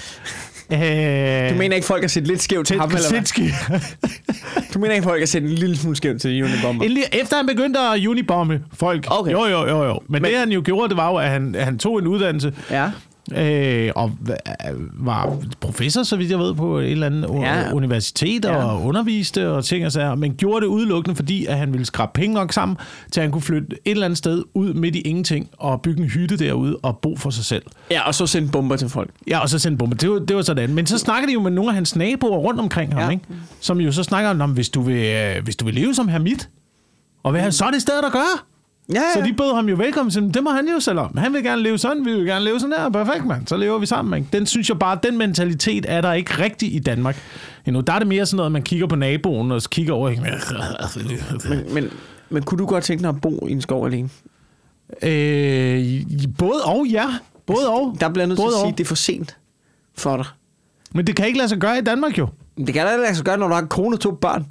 B: Du mener ikke, folk har set lidt skævt til ham, eller hvad? Du mener ikke, folk har set en lille smule skævt til Unabomber? Efter han begyndte at unibombe folk. Okay. Jo. Men det han jo gjorde, det var jo, at han tog en uddannelse. Ja. Og var professor, så vidt jeg ved, på et eller andet universitet og underviste og ting og sager, men gjorde det udelukkende, fordi at han ville skrabe penge nok sammen, til at han kunne flytte et eller andet sted ud midt i ingenting og bygge en hytte derude og bo for sig selv. Ja, og så sende bomber til folk. Ja, og så sende bomber. Det var sådan. Men så snakker de jo med nogle af hans naboer rundt omkring ham, ikke? Som jo så snakker om, hvis du vil leve som hermit, og hvad så er det stedet at gøre? Ja. Så de bød ham jo velkommen til, det må han jo selv om. Han vil gerne leve sådan, vi vil gerne leve sådan der. Perfekt, mand. Så lever vi sammen, man. Den synes jeg bare, den mentalitet er der ikke rigtig i Danmark. Der er det mere sådan noget, at man kigger på naboen og kigger over. Men kunne du godt tænke dig at bo i en skov alene? Både og, ja. Både og. Der bliver nødt til at sige, at det er for sent for dig. Men det kan ikke lade sig gøre i Danmark, jo. Det kan lade sig gøre, når du har en kone og 2 børn.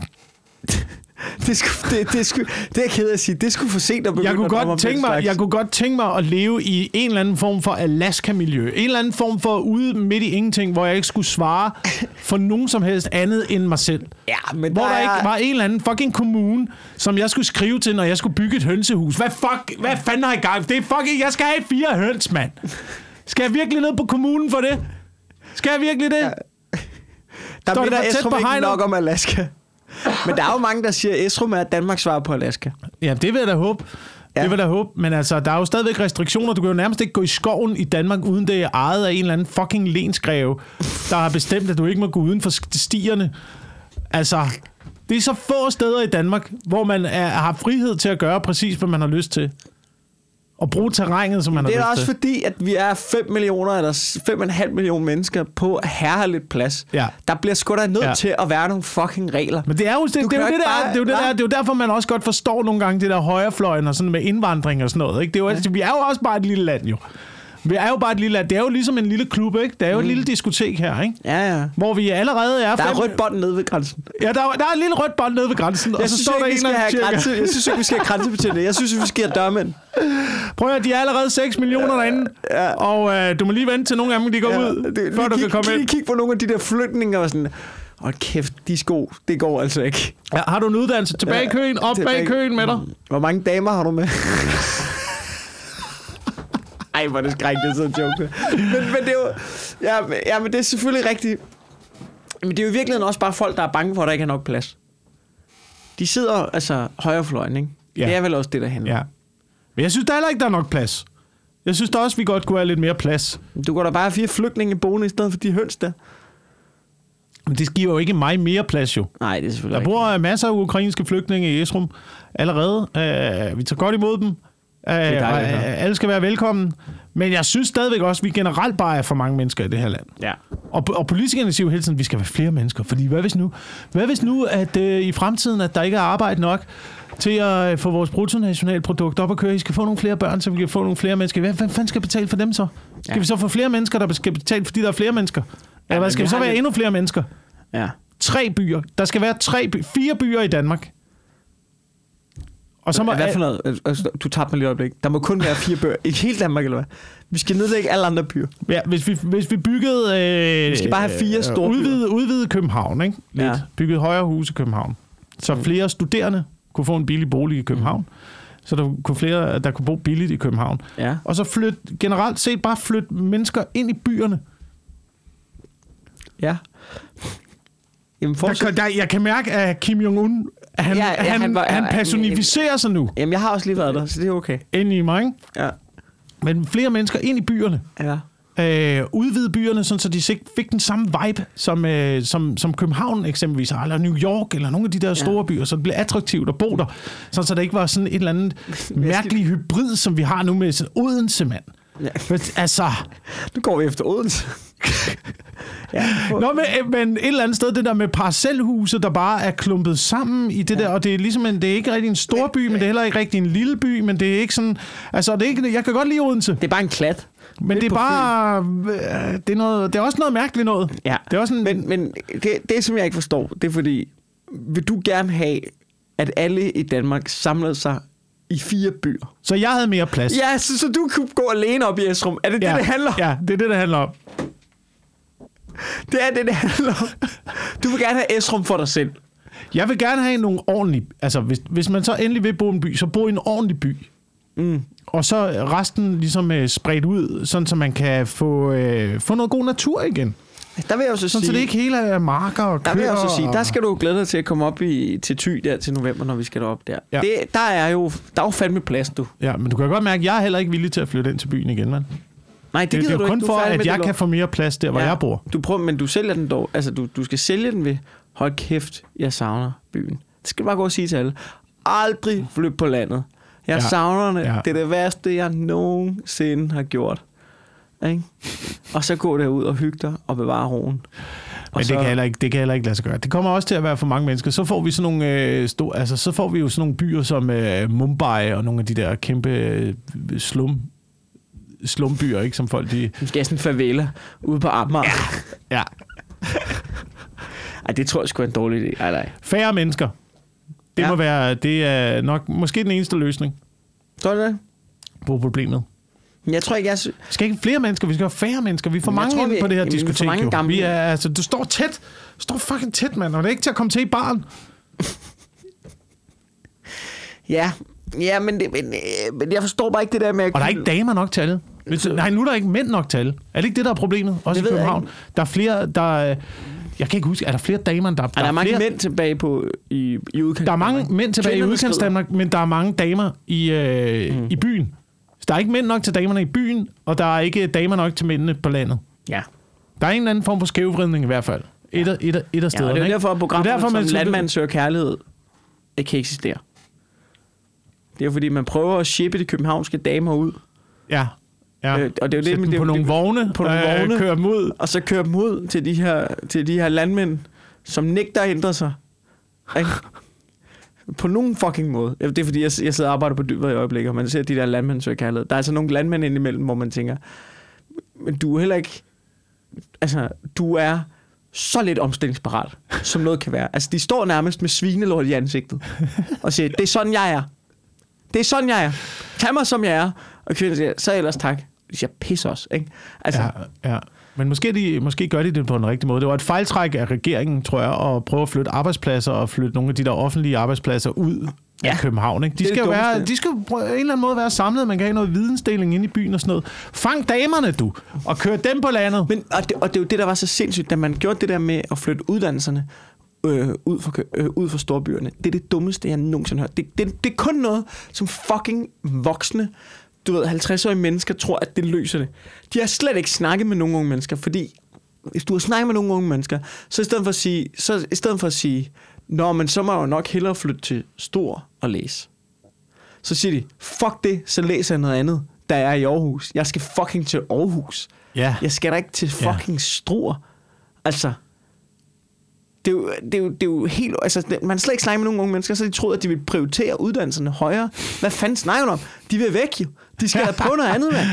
B: Det er jeg ked af at sige. Det er sgu for sent at begynde jeg kunne godt tænke mig at leve i en eller anden form for Alaska-miljø. En eller anden form for ude midt i ingenting, hvor jeg ikke skulle svare for nogen som helst andet end mig selv. Ja, men hvor der ikke var en eller anden fucking kommune, som jeg skulle skrive til, når jeg skulle bygge et hønsehus. Hvad fanden har jeg gang? Det er fucking, jeg skal have 4 høns, mand. Skal jeg virkelig ned på kommunen for det? Skal jeg virkelig det? Ja. Der er Esrum ikke nok om Alaska. Men der er jo mange, der siger, at Esrum er Danmarks svar på Alaska. Ja, det vil jeg da håbe. Ja. Det vil jeg da håbe. Men altså, der er jo stadigvæk restriktioner. Du kan jo nærmest ikke gå i skoven i Danmark, uden det er ejet af en eller anden fucking lensgreve, der har bestemt, at du ikke må gå uden for stierne. Altså, det er så få steder i Danmark, hvor man har frihed til at gøre præcis, hvad man har lyst til. Og bruge terrænet, som man har lyst til. Det er også fordi, at vi er 5 millioner eller 5,5 millioner mennesker på herligt plads. Ja. Der bliver sgu da nødt til at være nogle fucking regler. Men det er jo det er jo derfor, man også godt forstår nogle gange det der højrefløjen og sådan med indvandring og sådan noget. Ikke? Det er jo, vi er jo også bare et lille land, jo. Vi er jo bare et lille land. Det er jo ligesom en lille klub, ikke? Det er jo et lille diskotek her, ikke? Ja. Hvor vi allerede er... Der er rødt bånd nede ved grænsen. Ja, der er et lille rødt bånd nede ved grænsen. Og så står der en eller anden... Jeg synes ikke, vi skal have grænsebetjente. Jeg synes, vi skal have dørmænd. Prøv at de er allerede 6 millioner derinde. Ja. Og du må lige vente til nogle af dem, de går ud, før du kan komme ind. Kig på nogle af de der flytninger og sådan... kæft, de sko, det går altså ikke. Ja, har du en uddannelse? Tilbage i køen, op bag køen med dig. Hvor mange damer har du med? Ej, hvor er det skrækket, det er sådan en joke. Men det er jo... Ja, men det er selvfølgelig rigtigt. Men det er jo i virkeligheden også bare folk, der er bange for, at der ikke er nok plads. De sidder, altså, højrefløjen, ikke? Ja. Det er vel også det, der handler. Ja. Men jeg synes da heller ikke, der er nok plads. Jeg synes da også, vi godt kunne have lidt mere plads. Du går da bare 4 flygtninge boende i stedet for de høns der. Men det giver jo ikke mig mere plads, jo. Nej, det er selvfølgelig ikke. Der bor masser af ukrainske flygtninge i Esrum allerede. Vi tager godt imod dem. Alle skal være velkommen. Men jeg synes stadigvæk også, at vi generelt bare er for mange mennesker i det her land. Ja. Og politikerne siger jo hele tiden, at vi skal være flere mennesker. Fordi hvad hvis nu at i fremtiden, at der ikke er arbejde nok til at få vores bruttonationalprodukt op at køre, I skal få nogle flere børn, så vi kan få nogle flere mennesker. Hvem fanden skal betale for dem så? Skal vi så få flere mennesker, der skal betale, fordi der er flere mennesker? Ja, hvad skal vi så være endnu flere mennesker?
A: Ja.
B: 3 byer. Der skal være 4 byer i Danmark. Og så må
A: hvad for noget? Du tabte mig lige et øjeblik. Der må kun være 4 byer i hele Danmark, eller hvad? Vi skal nedlægge alle andre byer.
B: Ja, hvis vi byggede...
A: vi skal bare have 4 store
B: udvide København, ikke? Lidt. Ja. Byggede højere huse i København. Så flere studerende kunne få en billig bolig i København. Så der kunne flere, der kunne bo billigt i København.
A: Ja.
B: Og så generelt set bare flytte mennesker ind i byerne.
A: Ja. Jamen,
B: jeg kan mærke, at Kim Jong-un, han personificerer sig nu.
A: Jamen, jeg har også lige været der, så det er okay.
B: Ind i mig, ikke?
A: Ja.
B: Men flere mennesker ind i byerne.
A: Ja.
B: Udvide byerne, sådan, så de fik den samme vibe, som København eksempelvis har, eller New York, eller nogle af de der store byer, så det bliver attraktivt at bo der. Sådan, så det ikke var sådan et eller andet mærkeligt hybrid, som vi har nu med sådan Odense, mand. Ja. Altså...
A: Nu går vi efter Odense.
B: Ja. Nå, men et eller andet sted, det der med parcelhuse, der bare er klumpet sammen i det der, og det er ligesom det er ikke rigtig en stor by, men det er heller ikke rigtig en lille by, men det er ikke sådan, altså det er ikke, jeg kan godt lide Odense.
A: Det er bare en klat.
B: Men det er bare, det er også noget mærkeligt noget.
A: Ja,
B: det er også
A: men det som jeg ikke forstår, det er fordi, vil du gerne have, at alle i Danmark samlede sig i 4 byer?
B: Så jeg havde mere plads.
A: Ja, så du kunne gå alene op i Esrum. Er det det handler om?
B: Ja, det er det handler om.
A: Det er det handler om. Du vil gerne have Esrum for dig selv.
B: Jeg vil gerne have nogle ordentlige... Altså, hvis man så endelig vil bo i en by, så bo i en ordentlig by. Og så resten ligesom spredt ud, sådan så man kan få noget god natur igen.
A: Der vil jeg også sige...
B: Så det ikke hele er marker og køer.
A: Der vil jeg også sige, der skal du glæde dig til at komme op til Thy der til november, når vi skal derop der. Ja. Der er jo fandme plads, du.
B: Ja, men du kan godt mærke, at jeg er heller ikke villig til at flytte ind til byen igen, mand.
A: Nej, det er jo
B: kun for, at jeg kan få mere plads der, hvor jeg bor.
A: Men du sælger den dog. Altså, du skal sælge den ved, hold kæft, jeg savner byen. Det skal du bare gå og sige til alle. Aldrig flytte på landet. Jeg savner det. Ja. Det er det værste, jeg nogensinde har gjort. Ikke? Og så gå derud og hygge dig og bevare roen.
B: Men det kan heller ikke lade sig gøre. Det kommer også til at være for mange mennesker. Så får vi sådan nogle så får vi jo sådan nogle byer som Mumbai og nogle af de der kæmpe slumbyer, ikke, som folk de...
A: Måske er sådan en favela ude på Amager.
B: Ja.
A: Ej, det tror jeg sgu er en dårlig idé. Nej.
B: Færre mennesker. Det er nok måske den eneste løsning.
A: Tror du det?
B: På problemet.
A: Jeg tror ikke, vi
B: skal ikke flere mennesker, vi skal have færre mennesker. Vi er for mange inde på det her diskotek. Vi er, altså, du står tæt. Du står fucking tæt, mand, og det er ikke til at komme til i baren.
A: Ja, men jeg forstår bare ikke det der med...
B: Og der er ikke damer nok til alle. Nej, nu er der ikke mænd nok til alle. Er det ikke det, der er problemet? Også i København. Der er flere, jeg kan ikke huske, er der flere damer, der
A: er mange flere... mænd tilbage i udkants.
B: Der er mange mænd tilbage i udkants Danmark, men der er mange damer i byen. Så der er ikke mænd nok til damerne i byen, og der er ikke damer nok til mændene på landet.
A: Ja.
B: Der er en eller anden form for skævvridning i hvert fald. Et af stederne.
A: Ja, det er derfor, at programmet som Landmand søger kærlighed ikke kan eksistere. Det er fordi, man prøver at shippe de københavnske damer ud.
B: Ja.
A: Og det er jo det,
B: på nogle vogne, kører dem ud.
A: Og så kører dem ud til de her landmænd, som nægter at ændre sig. Ikke? På nogen fucking måde. Det er fordi, jeg sidder og arbejder på Dybvad i øjeblikket, og man ser de der landmænd søger kærlighed. Der er altså nogle landmænd indimellem, hvor man tænker, men du er heller ikke... Altså, du er så lidt omstillingsparat, som noget kan være. Altså, de står nærmest med svinelort i ansigtet og siger, det er sådan, jeg er. Det er sådan, jeg er. Tag mig, som jeg er. Og kvinden siger, så ellers tak. De siger, pis os, ikke? Altså,
B: ja. Men måske gør de det på en rigtig måde. Det var et fejltræk af regeringen, tror jeg, at prøve at flytte arbejdspladser og flytte nogle af de der offentlige arbejdspladser ud af København. Ikke? De skal på en eller anden måde være samlet. Man kan have noget vidensdeling inde i byen og sådan noget. Fang damerne, du, og kør dem på landet.
A: Men, og det er jo det, der var så sindssygt, da man gjorde det der med at flytte uddannelserne ud for storbyerne. Det er det dummeste, jeg nogensinde har hørt. Det er kun noget, som fucking voksne, 50-årige mennesker tror, at det løser det. De har slet ikke snakket med nogle unge mennesker, fordi hvis du har snakket med nogle unge mennesker, så i stedet for at sige, nå, men så må jeg jo nok hellere flytte til Stor og læse. Så siger de, fuck det, så læser jeg noget andet, der er i Aarhus. Jeg skal fucking til Aarhus.
B: Yeah.
A: Jeg skal da ikke til fucking Struer. Altså, Det er jo helt... Altså, man slet ikke snakker med nogle unge mennesker, så de troede, at de ville prioritere uddannelserne højere. Hvad fanden snakker du om? De vil væk jo. De skal da prøve noget andet, mand.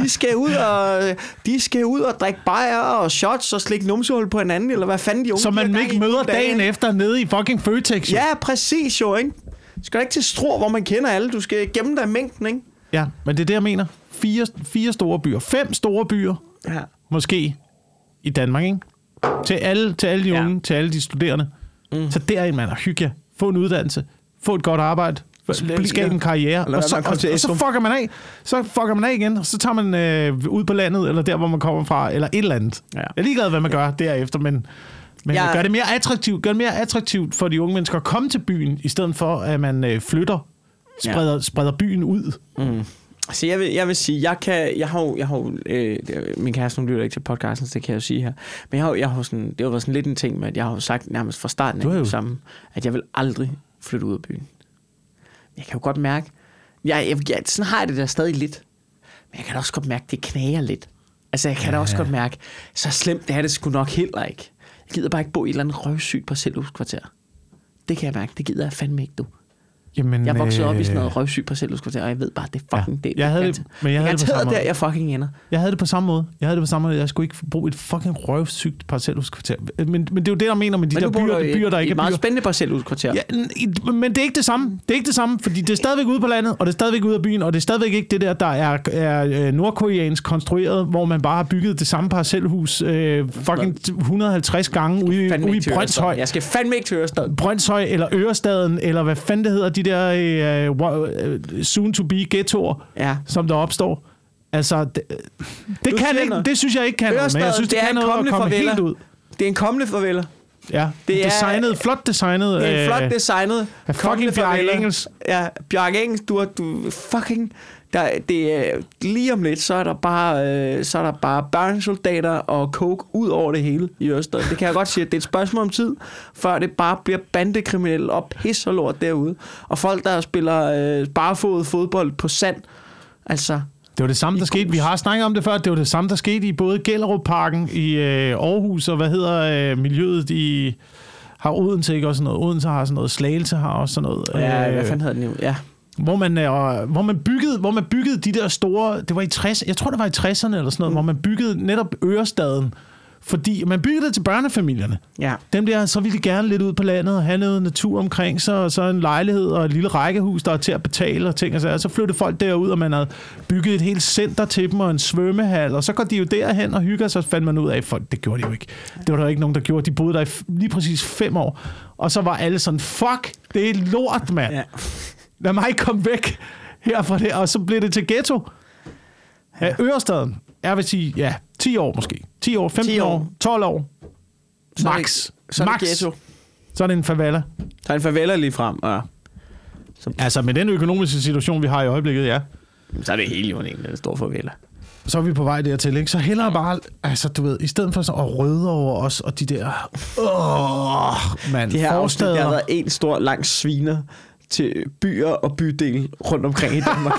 A: De skal ud og drikke bajer og shots og slikke numsehul på hinanden, eller hvad fanden de unge...
B: Så man ikke møder dagen efter nede i fucking Føtex.
A: Ja, præcis jo, ikke? Du skal da ikke til Struer, hvor man kender alle. Du skal gemme dig i mængden, ikke?
B: Ja, men det er det, jeg mener. 4 store byer. 5 store byer.
A: Ja.
B: Måske i Danmark, ikke? Til alle de unge, til alle de studerende. Så derind, man, hygge jer. Få en uddannelse. Få et godt arbejde. Skabe en karriere. Og så fucker man af. Så fucker man af igen. Og så tager man ud på landet, eller der, hvor man kommer fra, eller et eller andet. Ja. Jeg er ligeglad, hvad man gør derefter, men gør det mere attraktivt. Gør det mere attraktivt for de unge mennesker at komme til byen, i stedet for, at man flytter, spreder byen ud.
A: Så jeg vil sige, jeg har min kæreste, hun lytter ikke til podcasten, så det kan jeg jo sige her. Men jeg har sådan, det har været sådan lidt en ting med, at jeg har sagt nærmest fra starten af det samme, at jeg vil aldrig flytte ud af byen. Jeg kan jo godt mærke, sådan har jeg det der stadig lidt, men jeg kan da også godt mærke, at det knager lidt. Altså jeg kan da også godt mærke, så slemt det er det sgu nok heller ikke. Jeg gider bare ikke bo i et eller andet røvsygt parcelhuskvarter. Det kan jeg mærke, det gider jeg fandme ikke, du.
B: Jamen,
A: jeg voksede op i sådan noget røvsygt parcelhuskvarter, og jeg ved bare, det er fucking det.
B: Jeg havde det på samme måde.
A: Jeg fucking ender.
B: Jeg havde det på samme måde. Jeg skulle ikke bo i et fucking røvsygt parcelhuskvarter. Men det er jo det, der mener med de der byer, der ikke er byer.
A: meget spændende parcelhuskvarter.
B: Ja, men det er ikke det samme. Det er ikke det samme, fordi det er stadigvæk ude på landet, og det er stadigvæk ude af byen, og det er stadigvæk ikke det der er nordkoreansk konstrueret, hvor man bare har bygget det samme parcelhus fucking 150 gange ude i Brønshøj.
A: Jeg skal fandme ikke til Ørestaden.
B: Brønshøj eller Ørestaden, eller hvad fanden det hedder, de der soon-to-be ghettoer, som der opstår. Altså, det kan ikke, det synes jeg ikke kan noget, men jeg synes, det kan noget at komme helt ud.
A: Det er en kommende farveler.
B: Ja, det er flot designet.
A: Det er en flot designet.
B: Fucking Bjarke Engels.
A: Ja, Bjarke Engels, du fucking... det er lige om lidt, så er der bare børnesoldater og coke ud over det hele i Ørestaden. Det kan jeg godt sige, at det er et spørgsmål om tid, før det bare bliver bandekriminelle og pis og lort derude. Og folk, der spiller barefod fodbold på sand. Altså...
B: Det var det samme, der skete. Vi har snakket om det før. Det var det samme, der skete i både Gellerupparken i Aarhus, og hvad hedder miljøet i... Har Odense ikke også sådan noget? Odense har sådan noget. Slagelse har også sådan noget.
A: Ja, hvad fanden hedder det nu? Ja.
B: Hvor man byggede de der store... Det var i 60... Jeg tror, det var i 60'erne eller sådan noget, hvor man byggede netop Ørestaden. Fordi man byggede det til børnefamilierne.
A: Ja.
B: Dem der, så ville de gerne lidt ud på landet og have noget natur omkring sig, og så en lejlighed og et lille rækkehus, der er til at betale og ting. Og så flyttede folk derud, og man havde bygget et helt center til dem og en svømmehal, og så går de jo derhen og hygger sig, så fandt man ud af, folk, det gjorde de jo ikke. Det var der ikke nogen, der gjorde. De boede der i lige præcis 5 år. Og så var alle sådan, fuck, det er lort, mand. Ja. Lad mig komme væk herfra det, og så blev det til ghetto. Ja. Ørestaden, jeg vil sige, 10 år måske. 10 år, 15 år, 12 år. Max.
A: Så er det ghetto.
B: Så er det en favela.
A: Så er en favela lige frem, ja.
B: Altså med den økonomiske situation, vi har i øjeblikket, ja.
A: Så er det hele jo en stor favela.
B: Så er vi på vej dertil, ikke? Så hellere bare, altså du ved, i stedet for så at røde over os, og de der, mand,
A: de her afsnit, der har været en stor lang sviner til byer og bydel rundt omkring i Danmark.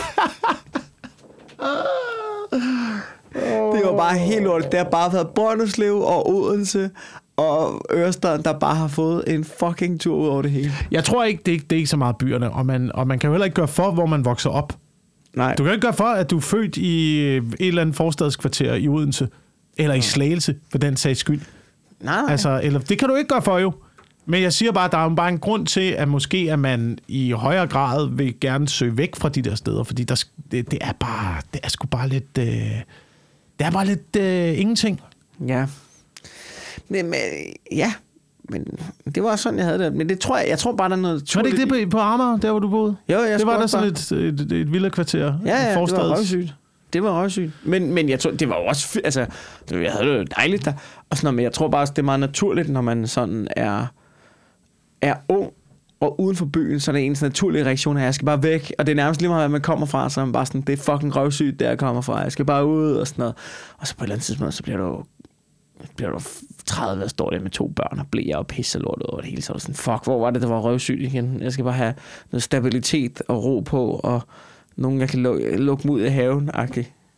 A: Det var bare helt lort. Det har bare været Brønderslev og Odense og Ørestaden, der bare har fået en fucking tur ud over det hele.
B: Jeg tror ikke, det er ikke så meget byerne, og man kan jo heller ikke gøre for, hvor man vokser op.
A: Nej.
B: Du kan ikke gøre for, at du er født i et eller andet forstadskvarter i Odense, eller i Slagelse, for den sags skyld.
A: Nej.
B: Altså, eller, det kan du ikke gøre for, jo. Men jeg siger bare, at der er jo bare en grund til, at måske at man i højere grad vil gerne søge væk fra de der steder, fordi det er sgu bare lidt... Det er bare lidt ingenting.
A: Ja. Men det var sådan, jeg havde det. Men det tror jeg tror bare, der er noget...
B: Var det ikke det på Amager, der hvor du boede?
A: Jo,
B: det var der sådan et villakvarter.
A: Ja, det var røvsygt. Det var røvsygt. Men jeg tror, det var også... Altså, jeg havde det jo dejligt der. Og sådan noget, men jeg tror bare, det er meget naturligt, når man sådan er ung og uden for byen, så er det ens naturlige reaktion, at jeg skal bare væk. Og det er nærmest lige meget, hvad man kommer fra, så er man bare sådan, det er fucking røvsygt, der jeg kommer fra. Jeg skal bare ud og sådan noget. Og så på et eller andet tidspunkt, så bliver du 30 og står der med 2 børn og blære og pisse lort over det hele. Så er du sådan, fuck, hvor var det, der var røvsygt igen? Jeg skal bare have noget stabilitet og ro på, og nogen, jeg kan lukke mig ud af haven. Okay.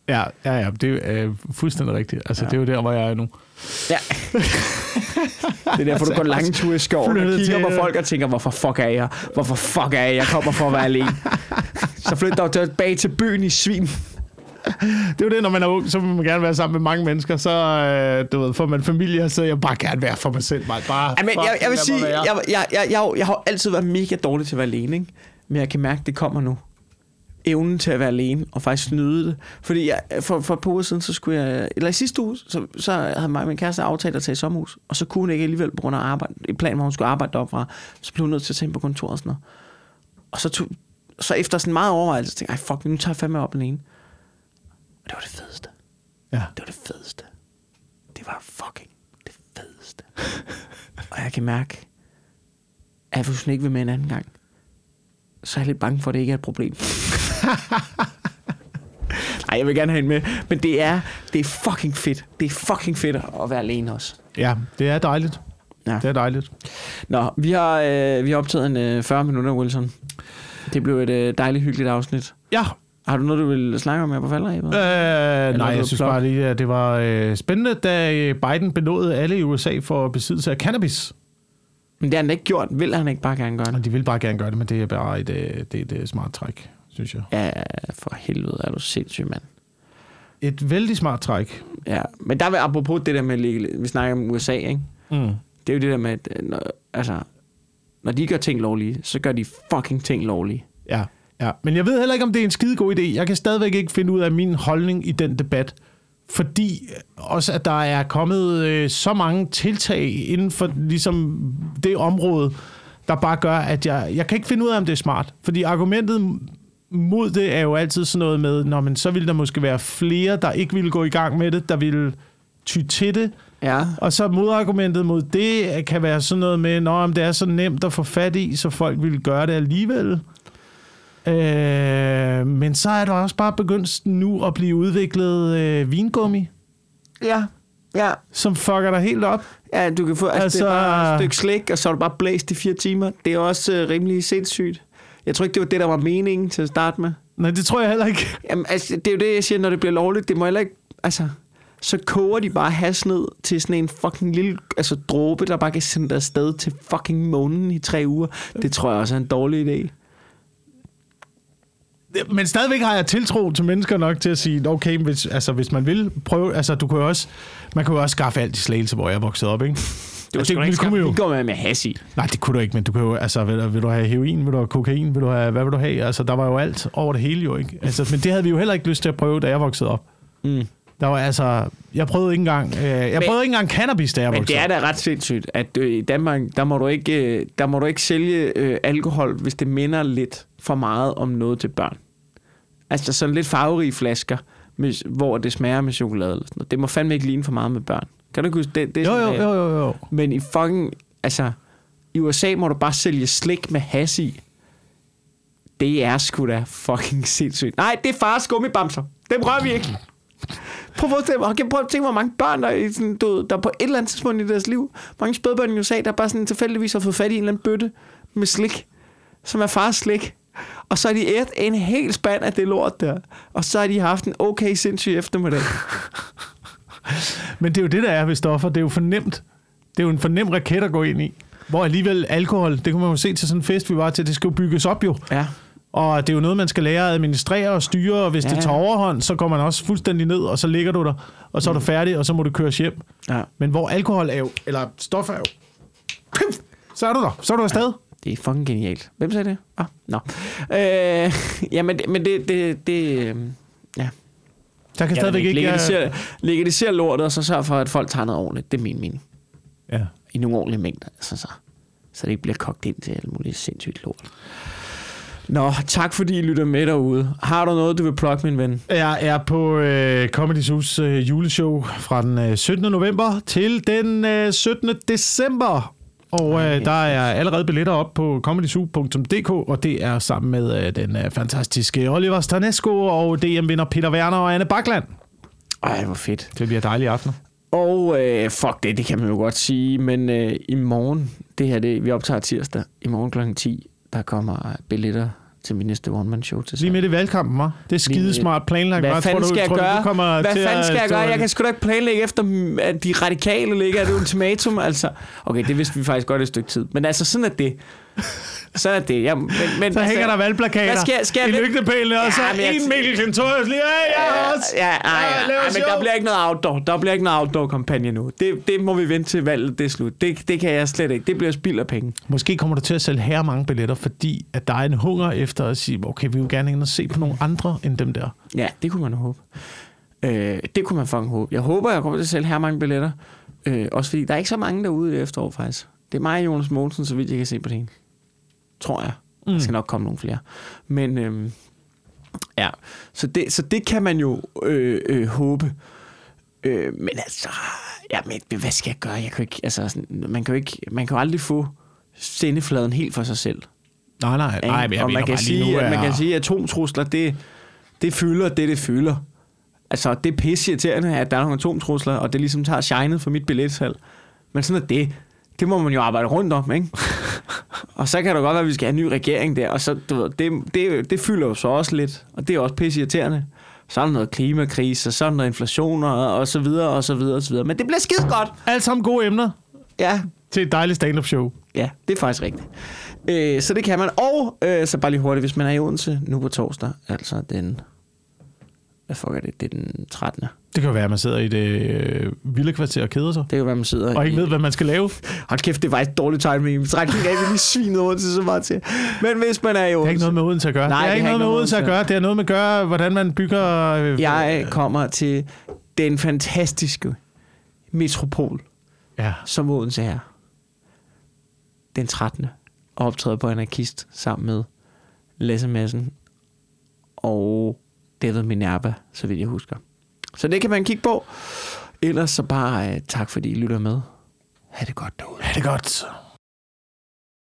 B: Ja, det er fuldstændig rigtigt. Altså, det er jo der, hvor jeg er nu.
A: Ja. Det er derfor, du går lange ture i skoven og kigger på folk og tænker, hvorfor fuck er jeg? Hvorfor fuck er jeg? Jeg kommer for at være alene. Så flyt dig tilbage til byen i svin.
B: Det er jo det, når man er ung, så vil man gerne være sammen med mange mennesker, så du ved, får man familie, så jeg bare gerne være for mig selv.
A: Jeg vil sige, jeg har altid været mega dårlig til at være alene, ikke? Men jeg kan mærke, det kommer nu. Evnen til at være alene og faktisk nyde det. Fordi for et par uger siden, så skulle jeg... Eller i sidste uge, så havde mig og min kæreste aftalt at tage i sommerhus. Og så kunne hun ikke alligevel på grund af arbejde. I planen, hvor hun skulle arbejde deroppe fra. Så blev hun nødt til at tage ind på kontoret og sådan noget. Og så efter sådan meget overvejelse, tænkte jeg, fuck, nu tager jeg fandme op alene. Og det var det fedeste.
B: Ja.
A: Det var det fedeste. Det var fucking det fedeste. Og jeg kan mærke, at hvis hun ikke vil med en anden gang, så er jeg lidt bange for, at det ikke er et problem. Nej, jeg vil gerne have hende med. Men det er fucking fedt. Det er fucking fedt at være alene også.
B: Ja, det er dejligt. Ja. Det er dejligt.
A: Nå, vi har optaget en 40 minutter, Wilson. Det blev et dejligt, hyggeligt afsnit.
B: Ja.
A: Har du noget, du vil snakke om her på falderæbet?
B: Nej, jeg synes bare lige, at det var spændende, da Biden benådede alle i USA for besiddelse af cannabis.
A: Men det har han ikke gjort. Vil han ikke bare gerne gøre det?
B: De vil bare gerne gøre det, men det er bare et smart træk, synes jeg.
A: Ja, for helvede er du sindssyg, mand.
B: Et vældig smart træk.
A: Ja, men der vil apropos det der med, vi snakker om USA, ikke?
B: Mm.
A: Det er jo det der med, at når de gør ting lovlige, så gør de fucking ting lovlige.
B: Ja. Men jeg ved heller ikke, om det er en skide god idé. Jeg kan stadigvæk ikke finde ud af min holdning i den debat. Fordi også, at der er kommet så mange tiltag inden for ligesom det område, der bare gør, at jeg kan ikke finde ud af, om det er smart. Fordi argumentet mod det er jo altid sådan noget med, men så ville der måske være flere, der ikke ville gå i gang med det, der ville ty til det.
A: Ja.
B: Og så modargumentet mod det kan være sådan noget med, om det er så nemt at få fat i, så folk ville gøre det alligevel. Men så er der også bare begyndt nu at blive udviklet vingummi.
A: Ja.
B: Som fucker dig helt op.
A: Ja, du kan få det er bare et stykke slik, og så er du bare blæst i 4 timer. Det er også rimelig sindssygt. Jeg tror ikke, det var det, der var meningen til at starte med.
B: Nej, det tror jeg heller ikke.
A: Jamen, altså, det er jo det, jeg siger, når det bliver lovligt. Det må heller ikke... Altså, så koger de bare hash ned til sådan en fucking lille dråbe, der bare kan sende dig afsted til fucking månen i 3 uger. Det tror jeg også er en dårlig idé.
B: Men stadigvæk har jeg tiltro til mennesker nok til at sige, okay, hvis man vil prøve, man kan jo også skaffe alt i Slagelse, hvor jeg er vokset op, ikke?
A: Det går med hash i.
B: Nej, det kunne du ikke, men du kan jo, vil du have heroin, vil du have kokain, hvad vil du have? Altså, der var jo alt over det hele jo, ikke? Altså, men det havde vi jo heller ikke lyst til at prøve, da jeg voksede op. Mm. Der var jeg prøvede ikke engang cannabis, da jeg voksede op.
A: Men det er da ret sindssygt, at i Danmark, der må du ikke sælge alkohol, hvis det minder lidt for meget om noget til børn. Altså sådan lidt farverige flasker, hvor det smager med chokolade eller sådan noget. Det må fandme ikke ligne for meget med børn. Kan du ikke huske det?
B: Jo.
A: Men i fucking... Altså, i USA må du bare sælge slik med hash i. Det er sgu da fucking sindssygt. Nej, det er fars gummibamser. Dem rører vi ikke. Prøv at tænke, hvor mange børn, der på et eller andet tidspunkt i deres liv, mange spædbørn i USA, der bare sådan tilfældigvis har fået fat i en eller anden bøtte med slik, som er fars slik. Og så har de en hel spand af det lort der. Og så har de haft en okay sindssyg eftermiddag.
B: Men det er jo det, der er ved stoffer. Det er jo for nemt. Det er jo en for nem raket at gå ind i. Hvor alligevel alkohol, det kunne man jo se til sådan en fest, vi var til, det skal jo bygges op jo. Ja. Og det er jo noget, man skal lære at administrere og styre, og hvis det tager overhånd, så går man også fuldstændig ned, og så ligger du der, og så er du færdig, og så må du køres hjem. Ja. Men hvor alkohol er jo, eller stoffer er jo, så er du der, så er du afsted. Ja.
A: Det er fucking genialt. Hvem sagde det? Nå. Men det ja.
B: Der kan stadigvæk ikke...
A: Legalisere lortet, og så sørge for, at folk tager noget ordentligt. Det er min mening.
B: Ja.
A: I nogle ordentlige mængder. Så det ikke bliver kogt ind til alt muligt sindssygt lort. Nå, tak fordi I lytter med derude. Har du noget, du vil plukke, min ven?
B: Jeg er på Comedy Zoo's juleshow fra den 17. november til den 17. december. Og der er allerede billetter op på comedyzoo.dk, og det er sammen med den fantastiske Oliver Stanesco og DM-vinder Peter Werner og Anne Bakland.
A: Ej, hvor fedt.
B: Det bliver dejlige aftener.
A: Og fuck det kan man jo godt sige, men i morgen, vi optager tirsdag, i morgen kl. 10, der kommer billetter til min næste one-man-show til
B: lige midt i valgkampen, hva'? Det er skidesmart planlagt.
A: Hvad fanden skal jeg gøre? Hvad fanden skal jeg gøre? Jeg kan sgu da ikke planlægge efter, at de radikale ligger et ultimatum. Altså, okay, det vidste vi faktisk godt et stykke tid. Men altså, sådan er det. Sådan er det. Ja, men,
B: så hænger der valgplakater i lygtepælene, og så en Mikkel Klintorius lige, jeg også.
A: Men der bliver ikke noget outdoor. Der bliver ikke noget outdoor-kampagne nu. Det må vi vente til valget, det er slut. Det kan jeg slet ikke. Det bliver spild af penge.
B: Måske kommer du til at sælge her mange billetter, fordi at der er en hunger efter at sige, okay, vi vil gerne ind og se på nogle andre end dem der.
A: Ja, det kunne man håbe. Det kunne man fucking håbe. Jeg håber, jeg kommer til at sælge her mange billetter. Også fordi der er ikke så mange derude i det efterår, faktisk. Det er mig og Jonas Mogensen, så vidt jeg kan se på det hele. Tror jeg. Der skal nok komme nogle flere. Men ja, så det kan man jo håbe. Men altså, ja, men hvad skal jeg gøre? Jeg kan ikke, altså, man kan jo aldrig få sendefladen helt for sig selv.
B: Nej, men
A: og man kan sige, at atomtrusler, det fylder det fylder. Altså, det er pisseirriterende, at der er nogle atomtrusler, og det ligesom tager shinet for mit billetsal. Men sådan er det. Det må man jo arbejde rundt om, ikke? Og så kan det godt være, at vi skal have en ny regering der, og så, du ved, det fylder jo så også lidt, og det er også pisseirriterende. Så er der noget klimakrise, og så er der noget inflation, og så videre, og så videre, og så videre. Men det bliver skide godt.
B: Alt sammen gode emner.
A: Ja.
B: Til et dejligt stand-up show.
A: Ja, det er faktisk rigtigt. Så det kan man. Og så bare lige hurtigt, hvis man er i Odense nu på torsdag, altså den... Hvad fuck er det? Det er den 13.
B: Det kan jo være, at man sidder i det vilde kvarter og keder sig.
A: Det kan jo være, at man sidder
B: og ikke ved, hvad man skal lave.
A: Hold kæft, det var et dårligt timing. Så træk ikke af, vi lige svinet Odense så meget til. Men hvis man er i Odense...
B: Det er ikke noget med Odense at gøre.
A: Nej,
B: det er ikke noget med Odense at gøre. Det er noget med at gøre, hvordan man bygger...
A: Jeg kommer til den fantastiske metropol, som Odense er. Den 13. Og optræder på Anarkist sammen med Lasse Madsen og David Minerva, så vidt jeg husker. Så det kan man kigge på. Ellers så bare tak, fordi I lytter med. Ha' det godt derude.
B: Ha' det godt.